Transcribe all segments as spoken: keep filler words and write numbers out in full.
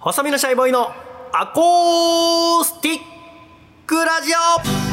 細身のシャイボーイのアコースティックラジオ。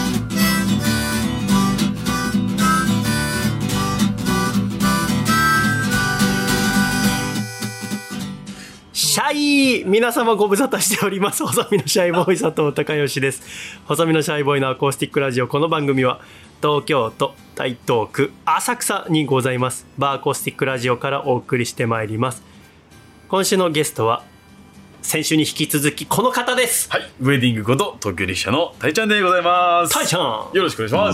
シャイ皆様ご無沙汰しております。細身のシャイボーイ佐藤孝義です。細身のシャイボーイのアコースティックラジオ。この番組は東京都台東区浅草にございますバーアコースティックラジオからお送りしてまいります。今週のゲストは先週に引き続きこの方です。 はい、ウェディングこと東京力車のたいちゃんでございます。 たいちゃん、 よろしくお願いします。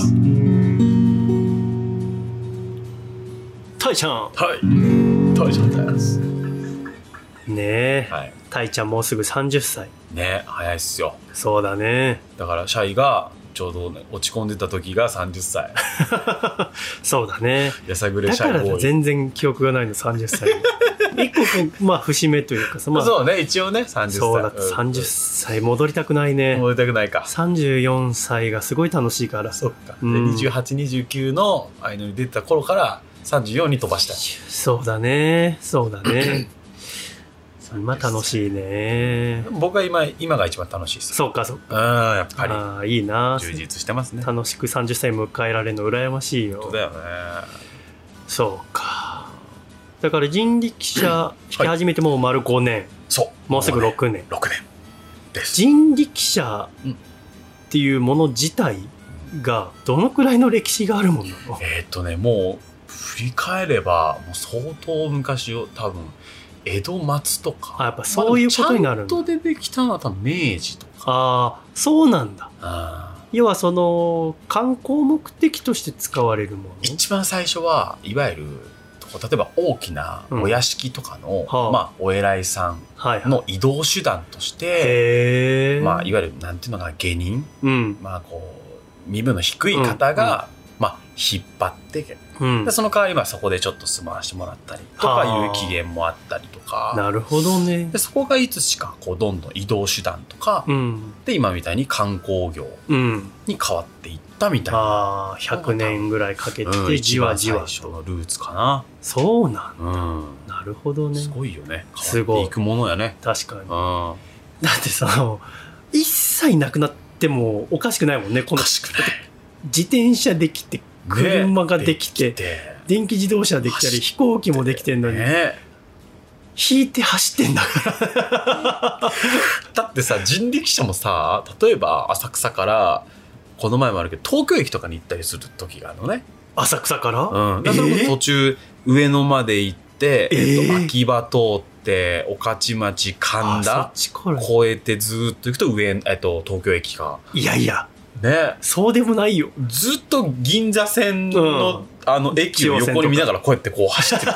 たいちゃん、 はい、たいちゃんですねえ、 はい、 たいちゃんもうすぐさんじゅっさいね。早いっすよ。 そうだね。 だからシャイがちょうど、ね、落ち込んでた時がさんじゅっさいそうだね。 やさぐれシャイボーイだから全然記憶がないのさんじゅっさい一個まあ節目というかさ、まあ、 そうね、一応ねさんじゅっさい。 そうだってさんじゅっさい戻りたくないね。 戻りたくないか。 さんじゅうよんさいがすごい楽しいから。 そっか、 うん、 でにじゅうはち、にじゅうきゅうのああいうのに出てた頃からさんじゅうよんに飛ばしたい。 そうだね、そうだね今楽しいね。 僕は今今が一番楽しいです。 そうかそうか。 うん、やっぱりああいいな。 充実してますね。 楽しくさんじゅっさい迎えられるの羨ましいよ。 本当だよね。 そうか。だから人力車引き始めてもう丸ごねん、はい、 そうもうすぐろくねん、 ね、ろくねんです。 人力車っていうもの自体がどのくらいの歴史があるものなの？ えーっとねもう振り返ればもう相当昔を多分江戸末とか。 あ、やっぱそういうことになるんだ。 ちゃんと出てきたのは多分明治とか。 ああ、そうなんだ。 あ、 要はその観光目的として使われるもの。 一番最初はいわゆる例えば大きなお屋敷とかの、うん、まあ、お偉いさんの移動手段として、はいはい、まあ、いわゆるなんていうのかな、下人、うん、まあ、こう身分の低い方が、うんうん、まあ、引っ張って、うん、でその代わりまあそこでちょっと住まわしてもらったりとかいう起源もあったりとか。 なるほどね。 でそこがいつしかこうどんどん移動手段とか、うん、で今みたいに観光業に変わっていったみたいな、うん、 あひゃくねんぐらいかけてじわじわと、 うん、一番最初のルーツかな。 そうなんだ、うん、なるほどね。 すごいよね。変わっていくものやね。 確かに、うん、だってさ一切なくなってもおかしくないもんね。このおかしくない。 自転車できて車ができて、ね、できて電気自動車できたり飛行機もできてんのに、ね、引いて走ってんだからだってさ人力車もさ例えば浅草からこの前もあるけど東京駅とかに行ったりする時があるのね。 浅草から、 うん、だから途中上野まで行って、えーえっと、秋葉通って御徒町神田越えてずっと行くと上、えっと、東京駅が。 いやいやね、 そうでもないよ。 ずっと銀座線 の,、うん、あの駅を横に見ながらこうやってこう走ってる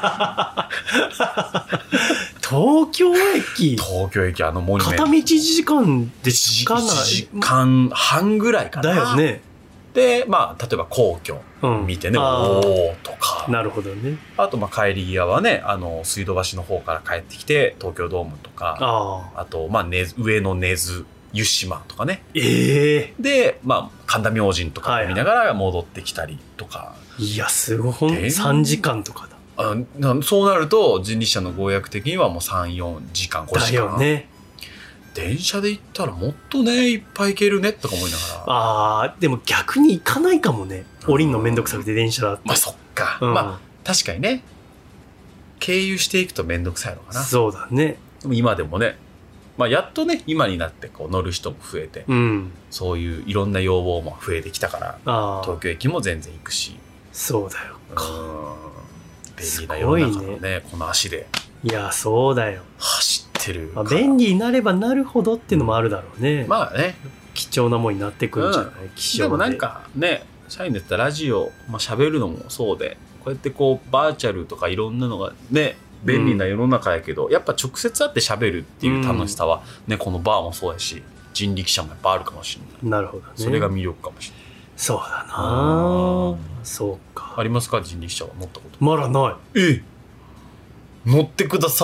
東京駅東京駅あのモニュメント片道いちじかんでしかない。いちじかんはんぐらいかな。 だよね。 でまあ例えば皇居見てね、うん、おーとか。 なるほどね。 あとまあ帰り際はねあの水道橋の方から帰ってきて東京ドームとか あ, あとまあ根上の根津湯島とかね、 えー、 で、まあ、神田明神とか見ながら戻ってきたりとか、はい、いやすごいさんじかんとかだ。 あそうなると人力車の合約的にはもうさん、よんじかんごじかんだよね。電車で行ったらもっとねいっぱい行けるねとか思いながら。 あーでも逆に行かないかもね。降りんのめんどくさくて電車だって。 まあそっか、うん、まあ確かにね経由していくとめんどくさいのかな。 そうだね。 でも今でもねまあ、やっとね今になってこう乗る人も増えて、うん、そういういろんな要望も増えてきたから東京駅も全然行くし。 そうだよ。 便利な世の中の ね, ねこの足で。 いやそうだよ走ってる、 まあ、便利になればなるほどっていうのもあるだろうね、 うん、まあねなるほどね。 それが魅力かもしれない。 そうだな。そうか。 ありますか人力車は乗ったこと。 まだない。 え乗ってください。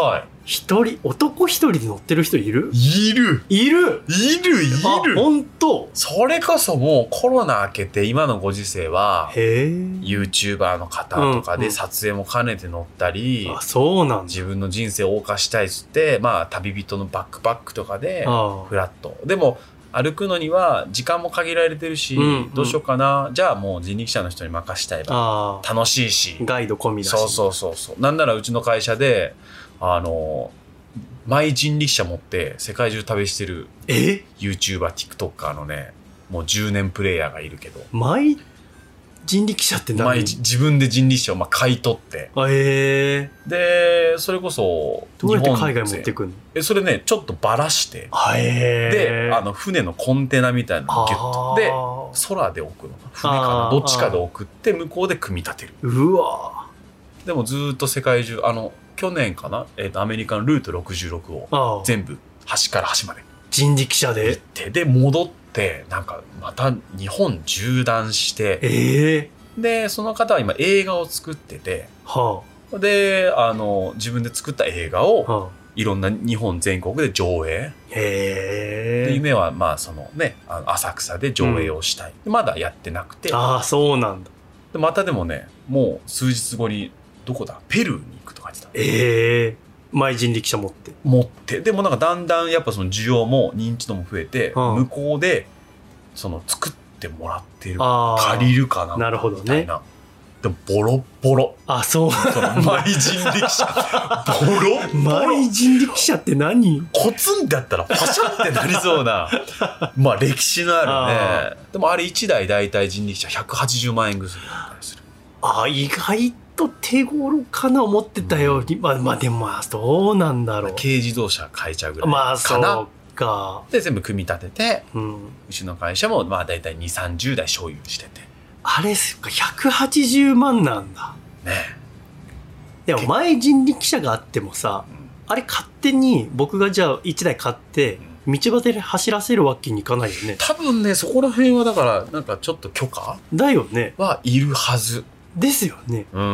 一人、男一人で乗ってる人いるいるいるいるいるあ、本当？ それこそもうコロナ明けて今のご時世は、 へー YouTuber の方とかで撮影も兼ねて乗ったり、 うんうん、あ、そうなんだ。 自分の人生を謳歌したいっつって、まあ旅人のバックパックとかで、フラット。でも、歩くのには時間も限られてるし、うんうん、どうしようかな、じゃあもう人力車の人に任したいば楽しいし、 ガイド込みだし、 そうそうそうそう、なんならうちの会社であのマイ人力車持って世界中旅してる YouTuber、TikToker のね、もうじゅうねんプレイヤーがいるけど、 マイ人力車って何？ マイ自分で人力車をまあ買い取って、 えー、でそれこそどうやって海外持ってくんの？ えそれねちょっとバラして、 えー、であの船のコンテナみたいなのをギュッとで空で置くのか船かなどっちかで送って向こうで組み立てる。 うわでもずっと世界中あの去年かな、えー、とアメリカのルートろくじゅうろくを全部端から端まで人力車で行ってで戻ってなんかまた日本縦断して、 えー、でその方は今映画を作ってて、 はあ、であの自分で作った映画を、 はあ、 いろんな日本全国で上映。 へで夢はまあそのねあの浅草で上映をしたい、うん、まだやってなくて、 ああそうなんだ。 でまたでもねもう数日後にどこだペルーに行くとか言ってた。 ええー、マイ人力車持って持ってでもなんかだんだんやっぱその需要も認知度も増えて、うん、向こうでその作ってもらってる借りるかななるほどね。 でもボロボロ。 あ、そう。 そのマイ人力車ボロボロ。 マイ人力車って何？ コツンだったらパシャンってなりそうなまあ歴史のあるね。でもあれいちだい大体人力車ひゃくはちじゅうまんえんぐらいする。 あ、意外と手頃かな思ってたより、うん、まあ、まあでもまあどうなんだろう。 軽自動車買えちゃうぐらいかな。 まあそうか。 で全部組み立てて、 うん、 うちの会社もまあ大体にじゅう、さんじゅうだい所有してて。 あれすかひゃくはちじゅうまんなんだね。 でも前人力車があってもさ、うん、あれ勝手に僕がじゃあいちだい買って道端で走らせるわけにいかないよね。 多分ねそこら辺はだからなんかちょっと許可だよねはいるはずですよね。 うん。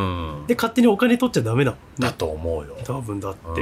で勝手にお金取っちゃダメだもんね。 だと思うよ。 多分だって。 うん。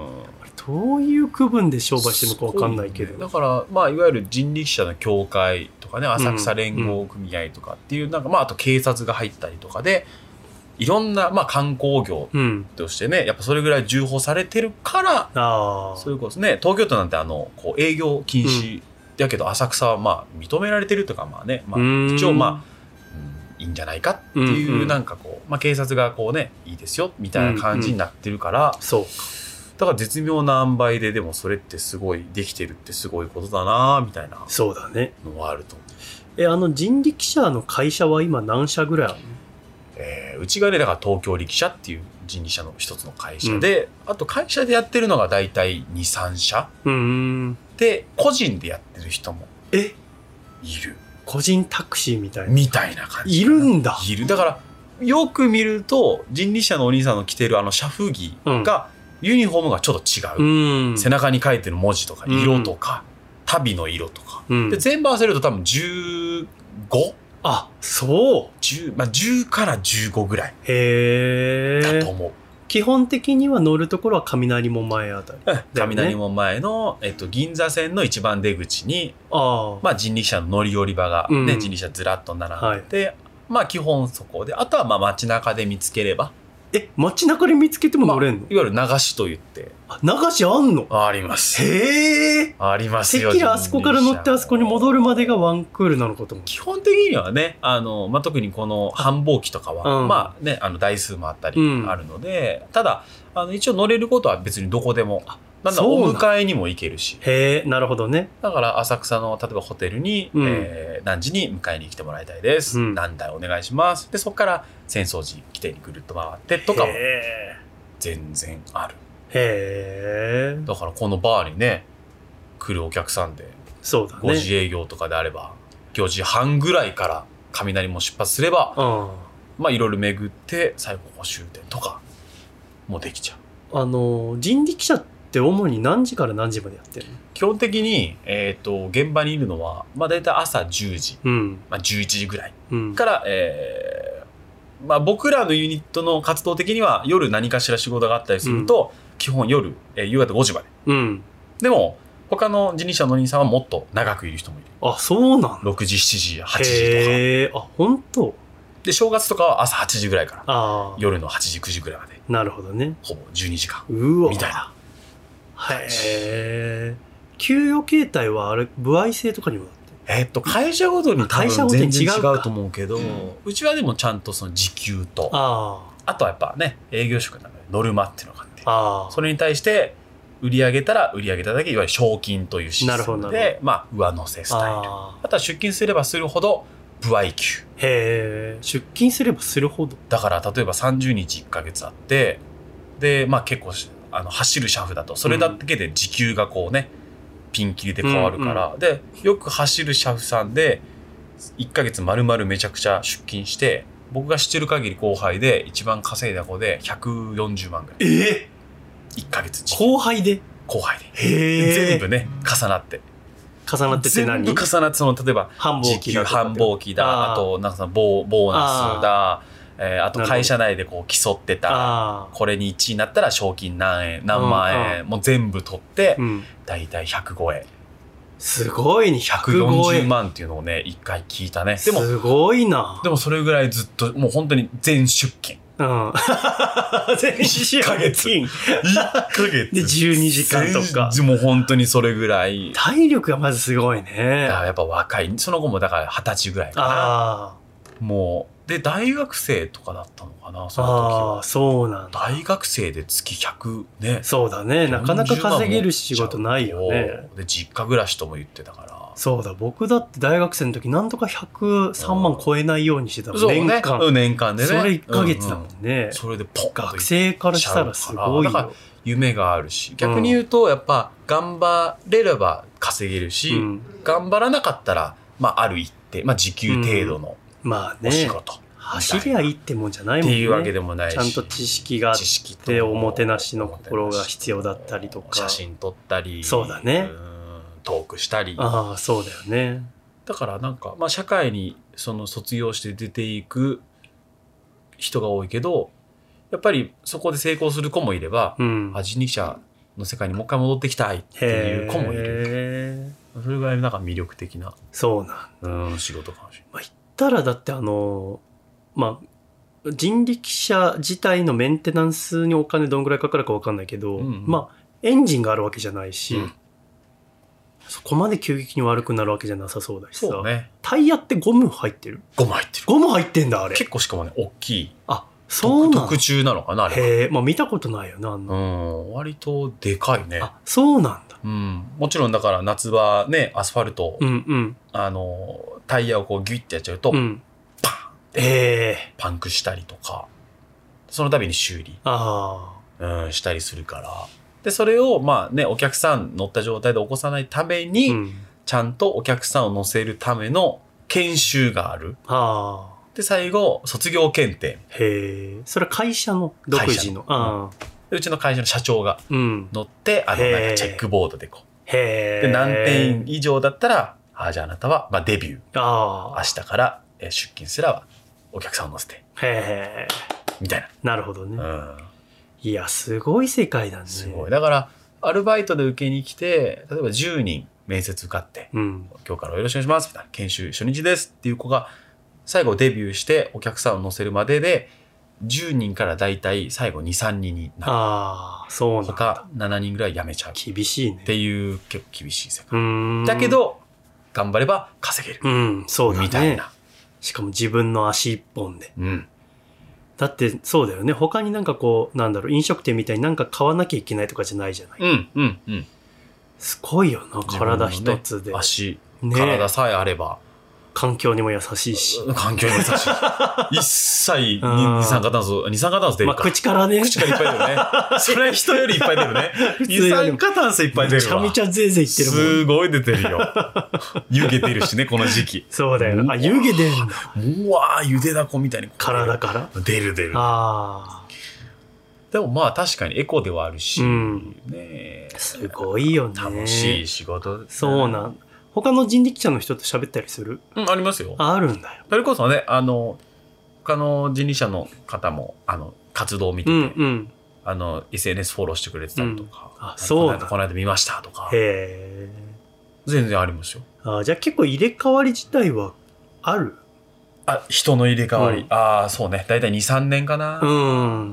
どういう区分で商売してるのか分かんないけど、 ね、だからまあいわゆる人力車の協会とかね浅草連合組合とかっていう、うん、なんかまああと警察が入ったりとかでいろんなまあ観光業としてね、うん、やっぱそれぐらい重宝されてるからあそれこそね東京都なんてあのこう営業禁止だけど浅草はまあ認められてるとかまあね、まあ、一応まあいいんじゃないかっていうなんかこう、まあ、警察がこうねいいですよみたいな感じになってるから、 うんうん、そうかだから絶妙な塩梅ででもそれってすごいできてるってすごいことだなみたいなそうだねのはあると思う。 えあの人力車の会社は今何社ぐらいあるの？ えー、うちがねだから東京力車っていう人力車の一つの会社で、うん、あと会社でやってるのが大体 にさんしゃうーんで個人でやってる人もえいる。 個人タクシーみたいなみたいな感じいるんだ。 いる。だからよく見ると人力車のお兄さんの着てるあの車夫着が、うんユニフォームがちょっと違う、うん、背中に書いてる文字とか色とか、うん、旅の色とか、うん、で全部合わせると多分じゅうごあそうじゅう、まあ、じゅうからじゅうごぐらいへだと思う。 基本的には乗るところは雷門前あたり、ね、 雷門前の、えっと、銀座線の一番出口にあ、 まあ、人力車の乗り降り場が、ねうん、人力車ずらっと並んで、はい、まあ基本そこであとはまあ街中で見つければえ、街中で見つけても乗れんの？まあ、 いわゆる流しと言って。 あ、流しあんの？ あります。 へえ。 ありますよ。 てっきりあそこから乗ってあそこに戻るまでがワンクールなのかと思う。 基本的にはね、あの、まあ、特にこの繁忙期とかは、うん、まあね、あの台数もあったりあるので、うん、ただ、あの、一応乗れることは別にどこでも。なんだお迎えにも行けるし。 へえ、なるほどね。 だから浅草の例えばホテルに、うんえー、何時に迎えに来てもらいたいです。うん、何台お願いします。で、そこから浅草寺来てぐるっと回ってとかも全然ある。 へえ。 だからこのバーにね、来るお客さんで、 そうだね。 ごじ営業とかであれば、ごじはんぐらいから雷も出発すれば、うん、まあいろいろ巡って最後終点とかもできちゃう。 あの、人力車って主に何時から何時までやってるの？ 基本的に、えーと、現場にいるのは、まあ、大体朝じゅうじ、 うんまあ、じゅういちじぐらいから、うんえーまあ、僕らのユニットの活動的には夜何かしら仕事があったりすると、 基本夜、えー、夕方ごじまで。 うん。 でも、他の人力車の乗りさんはもっと長くいる人もいる。 あ、そうなんだ。 ろくじ、しちじ、はちじとか。 へえ、あ、本当。 で、正月とかは朝はちじぐらいから、 あ夜のはちじ、くじぐらいまで。 なるほどね。 ほぼじゅうにじかん。 うわ。 みたいな。 へえ。給与形態はあれ、歩合制とかにもなってえっと、会社ごとに多分全然違うと思うけど、 うん、 うちはでもちゃんとその時給と、 ああとはやっぱね、営業職なのでノルマっていうのがあって、 あそれに対して売り上げたら売り上げただけ、いわゆる賞金というシステムで、まあ、上乗せスタイル。あ, あとは出勤すればするほど、歩合給。 へえ、出勤すればするほど。 だから、例えばさんじゅうにちいっかげつあって、で、まあ結構、あの、走る車夫だと、それだけで時給がこうね、うん、ピンキリで変わるから、うんうん、で、よく走る車夫さんで、いっかげつ丸々めちゃくちゃ出勤して、僕が知ってる限り後輩で一番稼いだ子でひゃくよんじゅうまんぐらい。 えー、いっかげつ後輩で後輩で。 へー。 全部ね、重なって。 重なってて何？ 全部重なって、その、例えば、 繁忙期だ。 繁忙期だ、あと、なんかそのボー、ボーナスだ、えー、あと会社内でこう競ってた、これにいちいになったら賞金何円、何万円、もう全部取って、うん、だいたいひゃくごえん。 すごいね、 ひゃくよんじゅうまんっていうのをね、一回聞いたね。 でも、すごいな。 でもそれぐらいずっと、もう本当に全出勤。 うん。全出勤。いっかげつ。いっかげつ。で、じゅうにじかんとか。 もう本当にそれぐらい。 体力がまずすごいね。 やっぱ若い。その後もだからはたちぐらいかな。あもう、で、大学生とかだったのかな、その時は。 ああ、そうなんだ。 大学生で月ひゃくね。 そうだね。なかなか稼げる仕事ないよね。 で、実家暮らしとも言ってたから。 そうだ、僕だって大学生の時なんとかひゃくさんまん超えないようにしてたの、 うん、年間。 そうね。年間でね。 それいっかげつだもんね。 うんうん、それでポンと学生からしたらすごいよ。だから夢があるし、逆に言うと、やっぱ頑張れれば稼げるし、うん、頑張らなかったら、まあある一定、まあ時給程度のお仕事。うんまあね走りゃいいってもんじゃないもんね。 っていうわけでもないし。 ちゃんと知識があって、おもてなしの心が必要だったりとか。 写真撮ったり。 そうだね。 トークしたり。 ああ、そうだよね。 だからなんか、まあ社会にその卒業して出ていく人が多いけど、やっぱりそこで成功する子もいれば、うん、あ、人力車の世界にもう一回戻ってきたいっていう子もいる。それぐらいなんか魅力的な。 そうなんだ。うん、仕事かもしれない。 まあ、言ったらだってあの、まあ、人力車自体のメンテナンスにお金どんぐらいかかるか分かんないけど、うんうん、まあエンジンがあるわけじゃないし、うん、そこまで急激に悪くなるわけじゃなさそうだしさ、 ね、 タイヤってゴム入ってる？ ゴム入ってる。 ゴム入ってんだあれ。 結構しかもね大きい。 あ、そうなの？ 特注なのかなあれ。 へえ、まあ見たことないよなあんな。 うん、割とでかいね。 あ、そうなんだ。 うん、もちろんだから夏場ねアスファルト、 うんうん、 あのタイヤをこうギュイってやっちゃうと。うんえー、パンクしたりとか、その度に修理、 あうん、したりするから。で、それを、まあね、お客さん乗った状態で起こさないために、うん、ちゃんとお客さんを乗せるための研修がある。 あで、最後、卒業検定。 へえ。それは会社の独自の。 あうん、うちの会社の社長が乗って、うん、あの、なんかチェックボードでこう。 へで、何点以上だったら、あ、じゃああなたは、まあデビュー。 あ明日から出勤すらは、お客さんを乗せて。 へー。みたいな。 なるほどね。 うん。 いや、すごい世界だね。 すごい。だから、アルバイトで受けに来て、例えばじゅうにん面接受かって、うん、今日からよろしくお願いします。みたいな。研修初日ですっていう子が、最後デビューしてお客さんを乗せるまでで、じゅうにんからだいたい最後に、さんにんになる。 ああ、そうなんだ。 他ななにんぐらい辞めちゃう。 厳しいね。 っていう結構厳しい世界。だけど、頑張れば稼げる。 うん、そうだね。 みたいな。 しかも自分の足一本で。 うん。 だってそうだよね。他になんかこう、なんだろう、飲食店みたいになんか買わなきゃいけないとかじゃないじゃない。 うん、うん、うん。 すごいよな、体一つで。 ね、足、ね、体さえあれば。 環境にも優しいし。 環境にも優しい。一切二酸化炭素、二酸化炭素出るか。 まあ、口からね。 口からいっぱい出るね。それ人よりいっぱい出るね。二酸化炭素いっぱい出るわ。 めちゃめちゃぜいぜい言ってるもん。 すごい出てるよ。湯気出るしね、この時期。 そうだよ。あ、湯気出るんだ。 うわー、ゆでだこみたいに。 体から出る出る。 ああ。 でもまあ確かにエコではあるし。うん、 ねすごいよね。 楽しい仕事。 そうなん他の人力車の人と喋ったりする？ うん、ありますよ。 あ、あるんだよ。 それこそね、あの、他の人力車の方も、あの、活動を見てて、うんうん、 あの エスエヌエス フォローしてくれてたりとか、 うん、あそうなんだ、 この間見ましたとか、 へ全然ありますよ。 あ、じゃあ結構入れ替わり自体はある？ あ、人の入れ替わり、うん、ああそうね、だいたいにさんねんかな、 うん、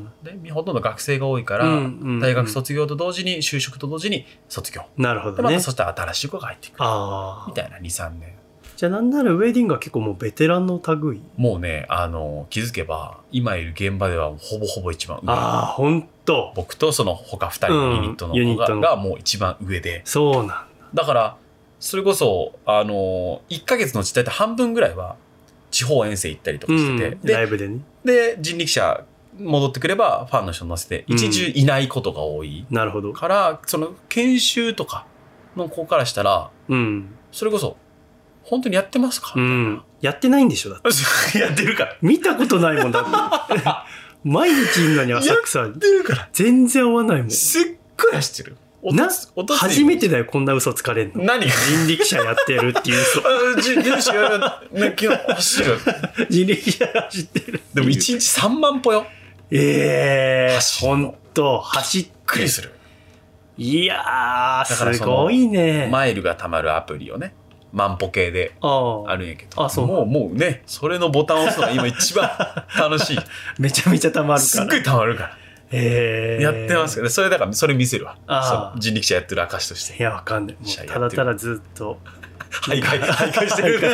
でほとんど学生が多いから、うんうんうん、大学卒業と同時に就職と同時に卒業、 なるほどね、 でまたそしたら新しい子が入ってくるあみたいなにさんねん。 じゃあなんならウェディングは結構もうベテランの類？ もうね、あの気づけば今いる現場ではほぼほぼ一番上。 ああ本当。 僕とその他ふたりのユニットの子が、うん、がもう一番上で。 そうなんだ。 だからそれこそあのいっかげつのうち大体半分ぐらいは地方遠征行ったりとかしてて、 うん、でライブでね。 で人力車戻ってくればファンの人乗せて一中いないことが多い、 うん、なるほど。 からその研修とかの子からしたら、うん、それこそ本当にやってますか、 うん、やってないんでしょだってやってるから見たことないもんだって毎日いんのに浅草やってるから全然合わないもん。 すっごい走ってる。 な初めてだよこんな嘘つかれんの。 何が人力車やってるっていう嘘人力車ね今日走る人力車走ってる。 でもいちにちさんまん歩よ。 ええー、ほんと走ってびっくりする。 いやーすごいね。 マイルがたまるアプリをね万歩計であるんやけど、 あそうもうもうねそれのボタンを押すのが今一番楽しいめちゃめちゃたまるからすっごいたまるからへえー、 やってますけど、それだからそれ見せるわ。その人力車やってる証として。 いやわかんないもうただただずっと徘徊徘徊してる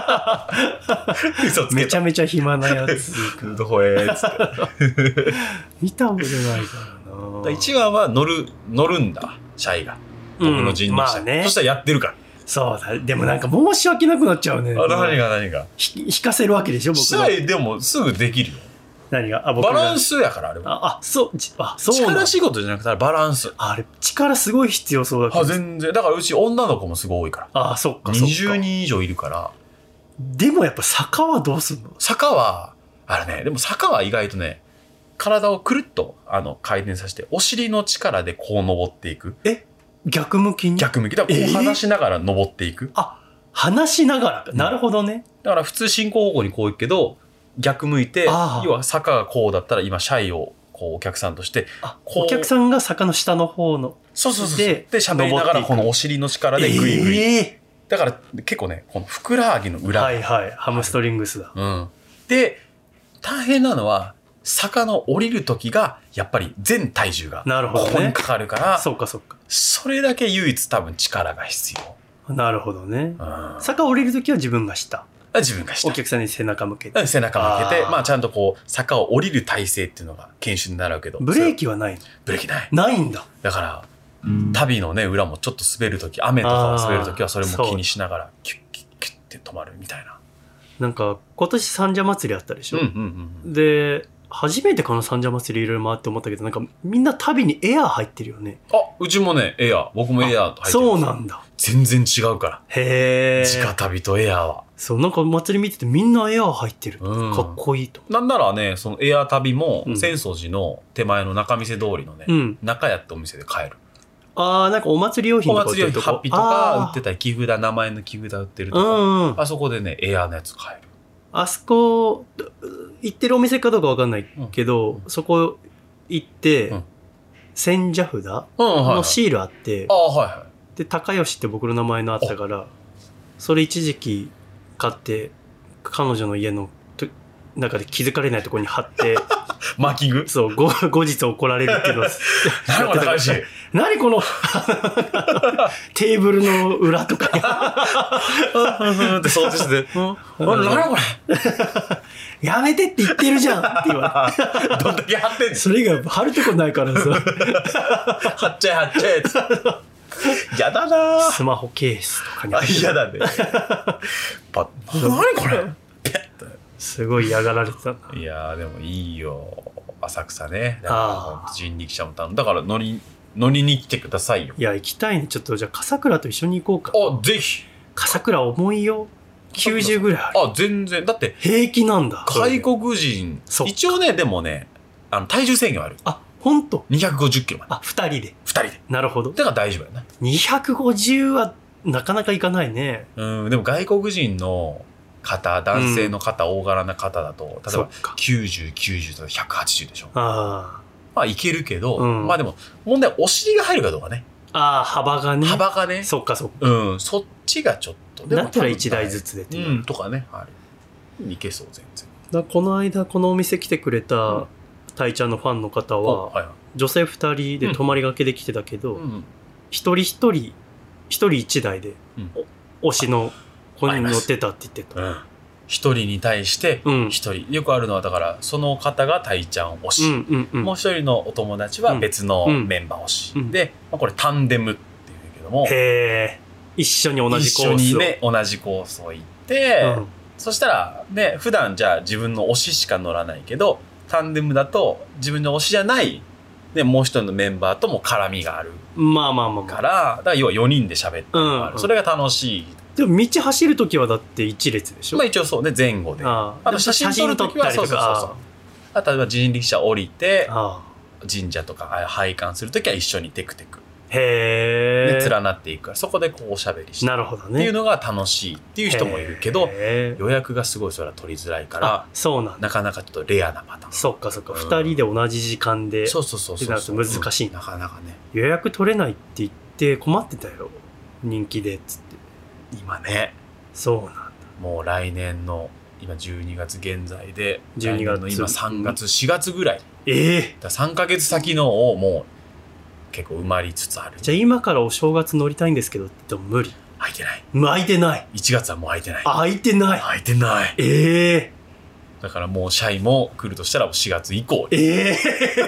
嘘つけた。 めちゃめちゃ暇なやつどこへーっつって見たことないからな。 一番は乗る乗るんだシャイが僕の人力車、うんまあね、そしたらやってるから。 そうだ。でもなんか申し訳なくなっちゃうね。 あ何が何が引かせるわけでしょ僕シャイでもすぐできるよ。 何があ僕がバランスやからあれは。 ああそうあそう力仕事じゃなくてバランス。 あれ力すごい必要そうだけど。 あ全然だからうち女の子もすごい多いから。 あそっかそっか。 にじゅうにん以上いるから。 でもやっぱ坂はどうすんの？ 坂はあれねでも坂は意外とね体をくるっとあの回転させてお尻の力でこう登っていく。 え逆向きに？ 逆向きだからこう離しながら登っていく。 えー、あ離しながらなるほどね。 だから普通進行方向にこう行くけど逆向いて要は坂がこうだったら今シャイをこうお客さんとしてお客さんが坂の下の方のそうそうそうで喋りながらこのお尻の力でグイグイ、えー、だから結構ねこのふくらはぎの裏はいはいハムストリングスだ、 うん、で大変なのは坂の降りる時がやっぱり全体重がここにかかるから、 そうかそうかそれだけ唯一多分力が必要。なるほどね、 うん、 坂降りる時は自分が下自分が下お客さんに背中向けて背中向けてまあちゃんとこう坂を降りる体勢っていうのが研修になるけどブレーキはないの？ ブレーキないないんだ。 だから旅のね裏もちょっと滑る時雨とかを滑る時はそれも気にしながらキュッキュッキュッって止まるみたいな。 なんか今年三社祭りあったでしょ、 うんうんうん、 で初めてこの三社祭りいろいろ回って思ったけどなんかみんな旅にエアー入ってるよね。 あうちもねエアー僕もエアー入ってる。 そうなんだ。 全然違うからへえ直旅とエアーは。 そうなんか祭り見ててみんなエアー入ってる、うん、かっこいいと。 なんならねそのエアー旅も浅草寺の手前の仲見世通りのね、うん、中屋ってお店で買える。 ああなんかお祭り用品とか売ってるとこお祭り用品ハッピーとか売ってたり木札名前の木札売ってるとか、うんうん、あそこでねエアーのやつ買える。 あそこ行ってるお店かどうかわかんないけど、うん、そこ行って、うん、千社札のシールあって、 うんはいはい、あはいはい、 で高吉って僕の名前のあったからそれ一時期買って彼女の家の中で気づかれないところに貼ってマーキングそうご後日怒られるけど何これ高橋何このテーブルの裏とかにって掃除して何これやめてって言ってるじゃんって言われてどんだけ貼ってんの。 それ以外貼るとこないからさ貼っちゃえ貼っちゃえやだなスマホケースとかにあ嫌だねパッ何これすごい嫌がられてたな。 いやでもいいよ浅草ね。だから人力車も頼むだから乗り乗りに来てくださいよ。 いや行きたいね。ちょっとじゃあ笠倉と一緒に行こうか。 あぜひ。 笠倉重いよきゅうじゅうぐらいある。 あ全然だって平気なんだ。 外国人一応ねでもねあの体重制限ある。 あ本当。 にひゃくごじゅっキロまで。 あふたりで。 ふたりで。 なるほど。 だから大丈夫やな。 にひゃくごじゅうはなかなかいかないね。 うんでも外国人の方男性の方、うん、大柄な方だと例えばきゅうじゅう、きゅうじゅうとひゃくはちじゅうでしょ。 あまあいけるけど、 うん、 まあでも問題はお尻が入るかどうかね。 ああ、幅がね。 幅がね。 そっかそっか。 うん、そっちがちょっと。 だったらいちだいずつでっていう。 うん、とかね。はい。いけそう、全然。 だこの間、このお店来てくれた、たいちゃんのファンの方は、はいはい、女性ふたりで泊まりがけで来てたけど、一、うん、人一人、一人一台で、うん、推しの子に乗ってたって言ってた。 一人に対して一人、うん、よくあるのはだからその方がたいちゃん推し、うんうんうん、もう一人のお友達は別のメンバー推し、うんうん、で、まあ、これタンデムっていうんだけども、 へー、一緒に同じコースを一緒にね同じコースを行って、うん、そしたらね普段じゃあ自分の推ししか乗らないけどタンデムだと自分の推しじゃないでもう一人のメンバーとも絡みがあるまあまあまあ、まあ、 からだから要はよにんで喋ってる、うんうん、それが楽しい。 でも道走るときはだって一列でしょ。 まあ一応そうね、前後で。ああと写真撮るときはそうそうそうそう。あとは人力車降りて、神社とか拝観するときは一緒にテクテク。へー。で、連なっていくから、そこでこうおしゃべりして。 なるほどね。 っていうのが楽しいっていう人もいるけど、予約がすごいそれは取りづらいから、 そうなんだ。 なかなかちょっとレアなパターン。 そっかそっか。二人で同じ時間で。 そうそうそうそう。 難しい。 なかなかね。 予約取れないって言って困ってたよ。人気でっつって。 今ね。 そうなんだ。 もう来年の今じゅうにがつ現在でじゅうにがつの今さんがつしがつぐらい、 ええださんかげつ先のをもう結構埋まりつつある。 じゃあ今からお正月乗りたいんですけどって言っても無理。 空いてない。 空いてない。 いちがつはもう空いてない。 空いてない。 空いてない。 ええだからもう社員も来るとしたらしがつ以降。 ええ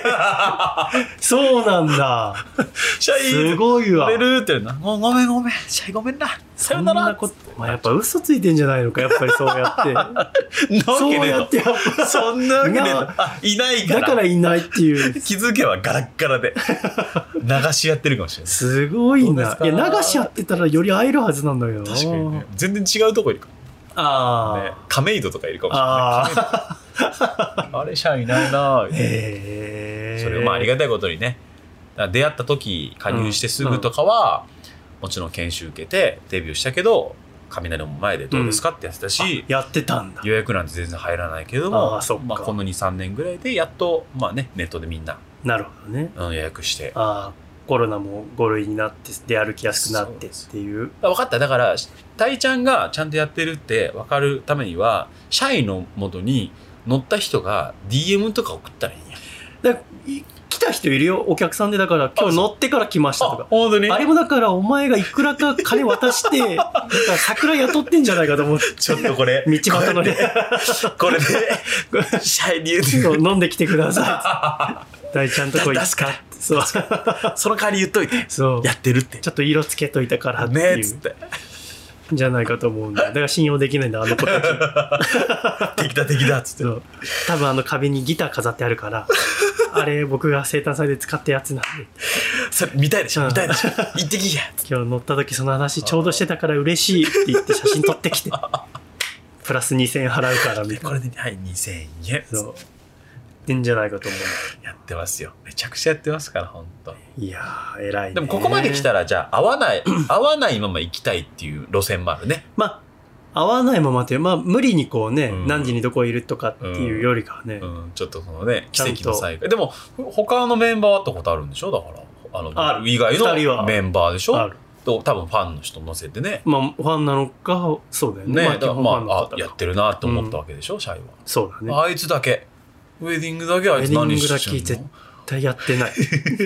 そうなんだ。 社員すごいわ。 来れるってな。もうごめんごめん。社員ごめんな。さよなら。そんなこと。 まあ、やっぱ嘘ついてんじゃないのか、やっぱりそうやって。そうやってやっぱ。 そんなわけで。あ、いないから。 だからいないっていう。 気づけばガラッガラで。流しやってるかもしれない。 すごいな。いや、流しやってたらより会えるはずなんだけどな。 確かにね。全然違うとこいるかも。 ああ、 ね、亀戸とかいるかもしれない。あ, あれ社員いないな。へえ。それをまあありがたいことにね。出会った時加入してすぐとかは、うんうん、もちろん研修受けてデビューしたけど雷門前でどうですかってやってたし、 うん、やってたんだ。 予約なんて全然入らないけども、 あそっか、 まあ、このにさんねんぐらいでやっとまあねネットでみんななるほどね、 うん、予約して。 あコロナもご類になって出歩きやすくなってっていう。 分かった。だからたいちゃんがちゃんとやってるって分かるためには社員の元に乗った人が ディーエム とか送ったらいいんや。 だ来た人いるよ、お客さんで。だから今日乗ってから来ましたとか。 本当にあれもだからお前がいくらか金渡してなんか桜雇ってんじゃないかと思って。 ちょっとこれ道端のねこれで社員に言うて飲んできてください大ちゃんとこ行った。そうその代わり言っといて。そうやってるってちょっと色つけといたからっていうねっつってじゃないかと思うんだ。だから信用できないんだあの子たち敵だ敵だっつって。 そう多分あの壁にギター飾ってあるからあれ僕が生誕祭で使ったやつなんでそれ見たいでしょ、うん、見たいでしょ行ってきや今日乗った時その話ちょうどしてたから嬉しいって言って写真撮ってきてプラスにせんえん払うからみたいな。 これではいにせんえんそうってんじゃないかと思う。 やってますよ。めちゃくちゃやってますから本当。 いやー偉いね。 でもここまで来たらじゃあ合わない合わないまま行きたいっていう路線もあるね。 まあ合わないままってまあ無理にこうね、うん、何時にどこいるとかっていうよりかはね、 うんうん、ちょっとそのね奇跡の再会。でも他のメンバーは会ったことあるんでしょ。だからあのあ以外のメンバーでしょ。あると多分ファンの人乗せてね。 まあファンなのかそうだよね。 ね、まあ、だまあ、あやってるなって思ったわけでしょ、うん、シャイは。 そうだね。 あいつだけウェディングだけあいつ何してんの。ウェディングだけ絶対やってない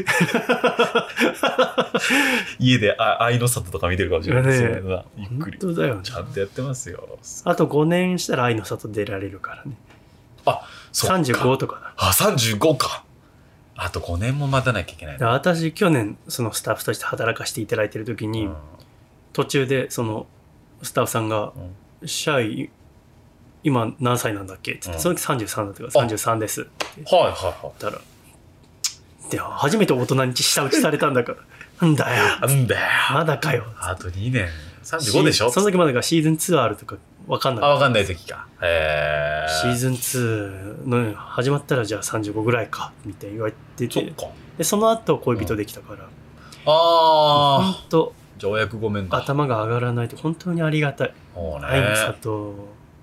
家であ愛の里とか見てるかもしれないですよね。 ゆっくり本当だよ、ね、 ちゃんとやってますよ。 あとごねんしたら愛の里出られるからね。 あそうかさんじゅうごとかだ。 あさんじゅうごか。あとごねんも待たなきゃいけない。 私去年そのスタッフとして働かせていただいてる時に、うん、途中でそのスタッフさんが、うん、シャイ今何歳なんだっけって言って、うん、その時さんじゅうさんだったからさんじゅうさんですってはいはいはい言ったらで初めて大人に舌打ちされたんだからなんだよなんだよまだかよ。 あとにねんさんじゅうごでしょ。 その時までがシーズンツーあるとか分かんない。 あ分かんない時か。へシーズンツーの始まったらじゃあさんじゅうごぐらいかみたいに言われてて、そっか。でその後恋人できたから、うん、ああ本当条約ごめんだ。 頭が上がらないと本当にありがたい。愛の里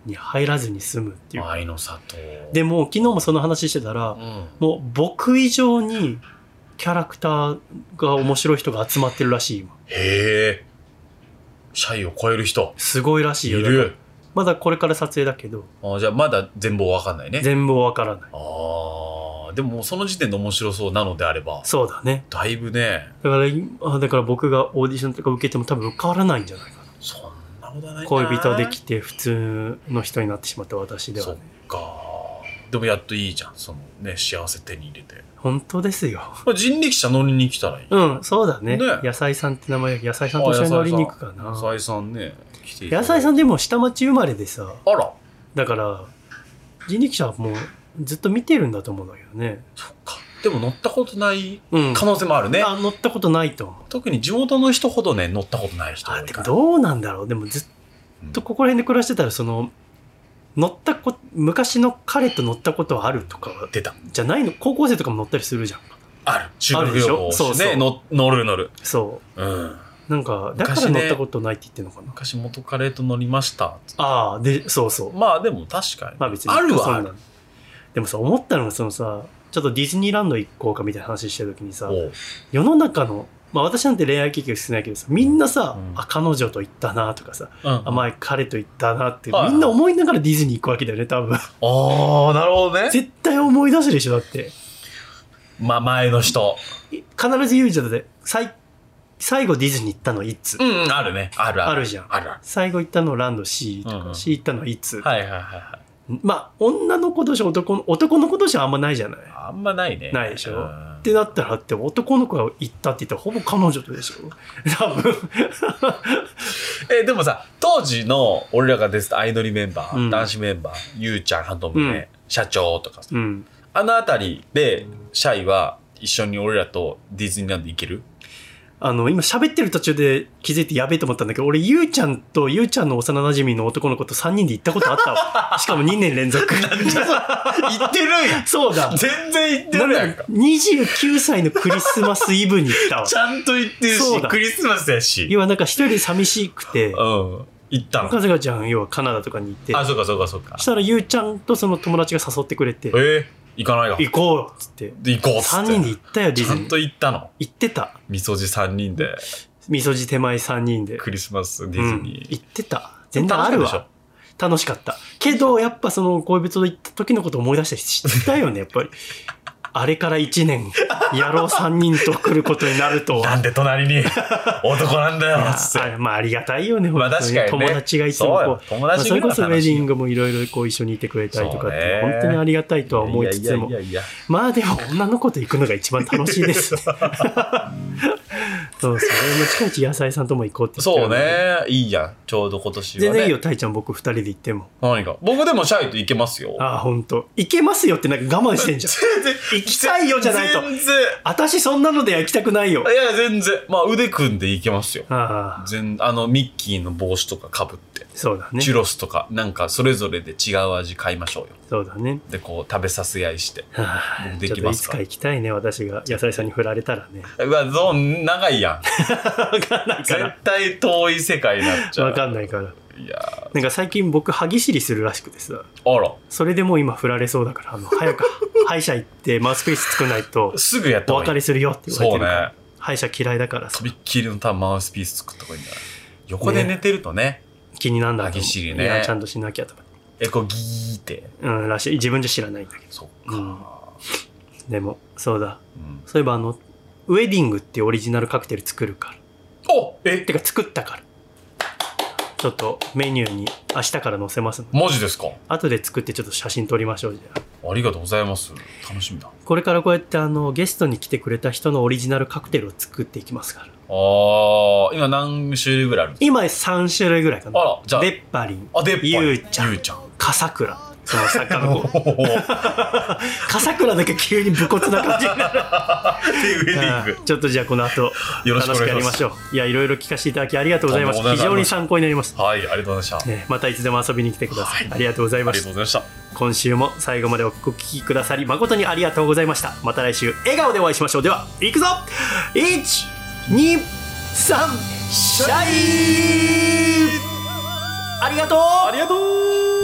に入らずに済むっていう。 愛の里。 でも昨日もその話してたら、うん、もう僕以上にキャラクターが面白い人が集まってるらしい今。 へえ。シャイを超える人すごいらしいよ。 いる。 まだこれから撮影だけど。 あ、じゃあまだ全貌わかんないね。 全貌わからない。 ああ、でもその時点で面白そうなのであれば。 そうだね。 だいぶね。 だからあだから僕がオーディションとか受けても多分受からないんじゃないかな。 そんなことないな。 恋人できて普通の人になってしまった私ではね。 そっか。でもやっといいじゃん、そのね、幸せ手に入れて。 本当ですよ。 人力車乗りに来たらいい。 うん、そうだね。 ね、 野菜さんって名前、野菜さんと一緒に乗りに行くかな。 野菜さんね、 来ていただいて。野菜さんでも下町生まれでさ。 あら。 だから、人力車はもうずっと見てるんだと思うんだけどね。 そっか。でも乗ったことない可能性もあるね。 うん、あ乗ったことないと思う。 特に地元の人ほどね、乗ったことない人多いから。 あ、でもどうなんだろう。でもずっとここら辺で暮らしてたら、その、乗ったこ昔の彼と乗ったことはあるとかは出たじゃないの。高校生とかも乗ったりするじゃん。 ある。修学旅行してね、の乗る乗る。 そう。 うん。 なんかだから乗ったことないって言ってんのかな。 昔元彼と乗りました。 ああ、でそうそう。 まあでも確かに。 まあ別にあるはある。 でもさ、思ったのがそのさ、ちょっとディズニーランド行こうかみたいな話してる時にさ、世の中のまあ私なんて恋愛経験少ないけどさ、みんなさ、うん、あ、彼女と行ったなとかさ、うん、あ、前彼と行ったなって、みんな思いながらディズニー行くわけだよね、多分。ああ、なるほどね。 絶対思い出すでしょ、だって。 まあ前の人。 必ず言うじゃん、だって、最、最後ディズニー行ったのいつ？ うん、あるね。あるある。 あるじゃん。 あるある。 最後行ったのランド C とか、うんうん、C 行ったのいつ？ はいはいはいはい。 まあ、女の子同士、男の、男の子同士はあんまないじゃない。 あんまないね。 ないでしょ。ってなったら、って男の子が行ったって言ったらほぼ彼女とでしょ。多分。 え、でもさ、当時の俺らが出てた相乗りメンバー、うん、男子メンバー、ゆうちゃん、ハトムネ、うん、社長とかさ、うん、あのあたりで、シャイは一緒に俺らとディズニーランド行ける？ あの、今喋ってる途中で気づいてやべえと思ったんだけど、俺、ゆうちゃんとゆうちゃんの幼馴染の男の子とさんにんで行ったことあったわ。しかもにねん連続。 なんじゃそ行ってるやん。 そうだ。 全然行ってるやんか。 にじゅうきゅうさいのクリスマスイブに行ったわ。 ちゃんと行ってるし、クリスマスやし。 要はなんか一人で寂しくて、うん。 行ったの。 かずかちゃん、要はカナダとかに行って。 あ、そうかそうかそうか。 したらゆうちゃんとその友達が誘ってくれて。 えー行かないか。 行こうっつって。 行こうっつって。 さんにんで行ったよ、ディズニー。 ちゃんと行ったの。 行ってた。 みそじさんにんで。 みそじ手前さんにんで。 クリスマスディズニー。うん、 行ってた。全然あるわ。楽しかった。けど、やっぱその恋人と行った時のことを思い出して知ったよね、やっぱり。あれからいちねん、野郎さんにんと来ることになるとは。 なんで隣に男なんだよ、つって。 まあありがたいよね、 まあ確かにね。 友達がいつもこう。 友達がいそれこそウェディングもいろいろこう一緒にいてくれたりとかって、本当にありがたいとは思いつつも。まあでも女の子と行くのが一番楽しいです。そうそう。近いうち野菜さんとも行こうって言って。 そうね。いいじゃん。ちょうど今年はね。 全然いいよ、たいちゃん僕二人で行っても。 何か。僕でもシャイと行けますよ。 ああ、ほんと。行けますよってなんか我慢してんじゃん。 全然。 行きたいよじゃないと。 全然。 私そんなのでは行きたくないよ。 いや、全然。まあ腕組んで行けますよ。 ああ。 全、あの、ミッキーの帽子とか被って。 そうだね。 チュロスとか、なんかそれぞれで違う味買いましょうよ。 そうだね。 で、こう食べさせ合いして。 はあ、僕できますか。ちょっといつか行きたいね、私が野菜さんに振られたらね。 うわ、どう、長いやん。 わかんないから。 絶対遠い世界になっちゃう。 わかんないから。 いやなんか最近僕歯ぎしりするらしくてさ。 あら。 それでもう今振られそうだから、あの、早く歯医者行ってマウスピース作んないと。 すぐやった方がいい。 お別れするよって言われてるから。 そうね。 歯医者嫌いだからさ。 とびっきりの多分マウスピース作った方がいいんだ。横で寝てるとね。ね気になんだ。 歯ぎしりね。 いや、ちゃんとしなきゃとか。 え、こうギーって。 うん、らしい。自分じゃ知らないんだけど。 そっか、うん。 でも、そうだ。うん、そういえばあの、ウェディングっていうオリジナルカクテル作るから。 おえてか作ったから。ちょっとメニューに明日から載せますので。マジですか？ 後で作ってちょっと写真撮りましょうじゃあ。ありがとうございます。楽しみだ。 これからこうやってあのゲストに来てくれた人のオリジナルカクテルを作っていきますから。 ああ、今何種類ぐらいあるんですか？ 今さん種類ぐらいかな。 あら、じゃあ。 デッパリン、 あ、デッパリン、 ゆうちゃん、 ゆうちゃん、 笠倉。その作家の子。笠倉だけ急に武骨な感じになる。 ウェディング。 ちょっとじゃあこの後楽しくやりましょう。いや、いろいろ聞かせていただきありがとうございました。非常に参考になります。 はい、ありがとうございました。 ね、またいつでも遊びに来てください。はい、ありがとうございました。 ありがとうございました。 今週も最後までお聞きくださり誠にありがとうございました。また来週笑顔でお会いしましょう。では、いくぞ !いち、に、さん、シャイ！ありがとう！ ありがとう！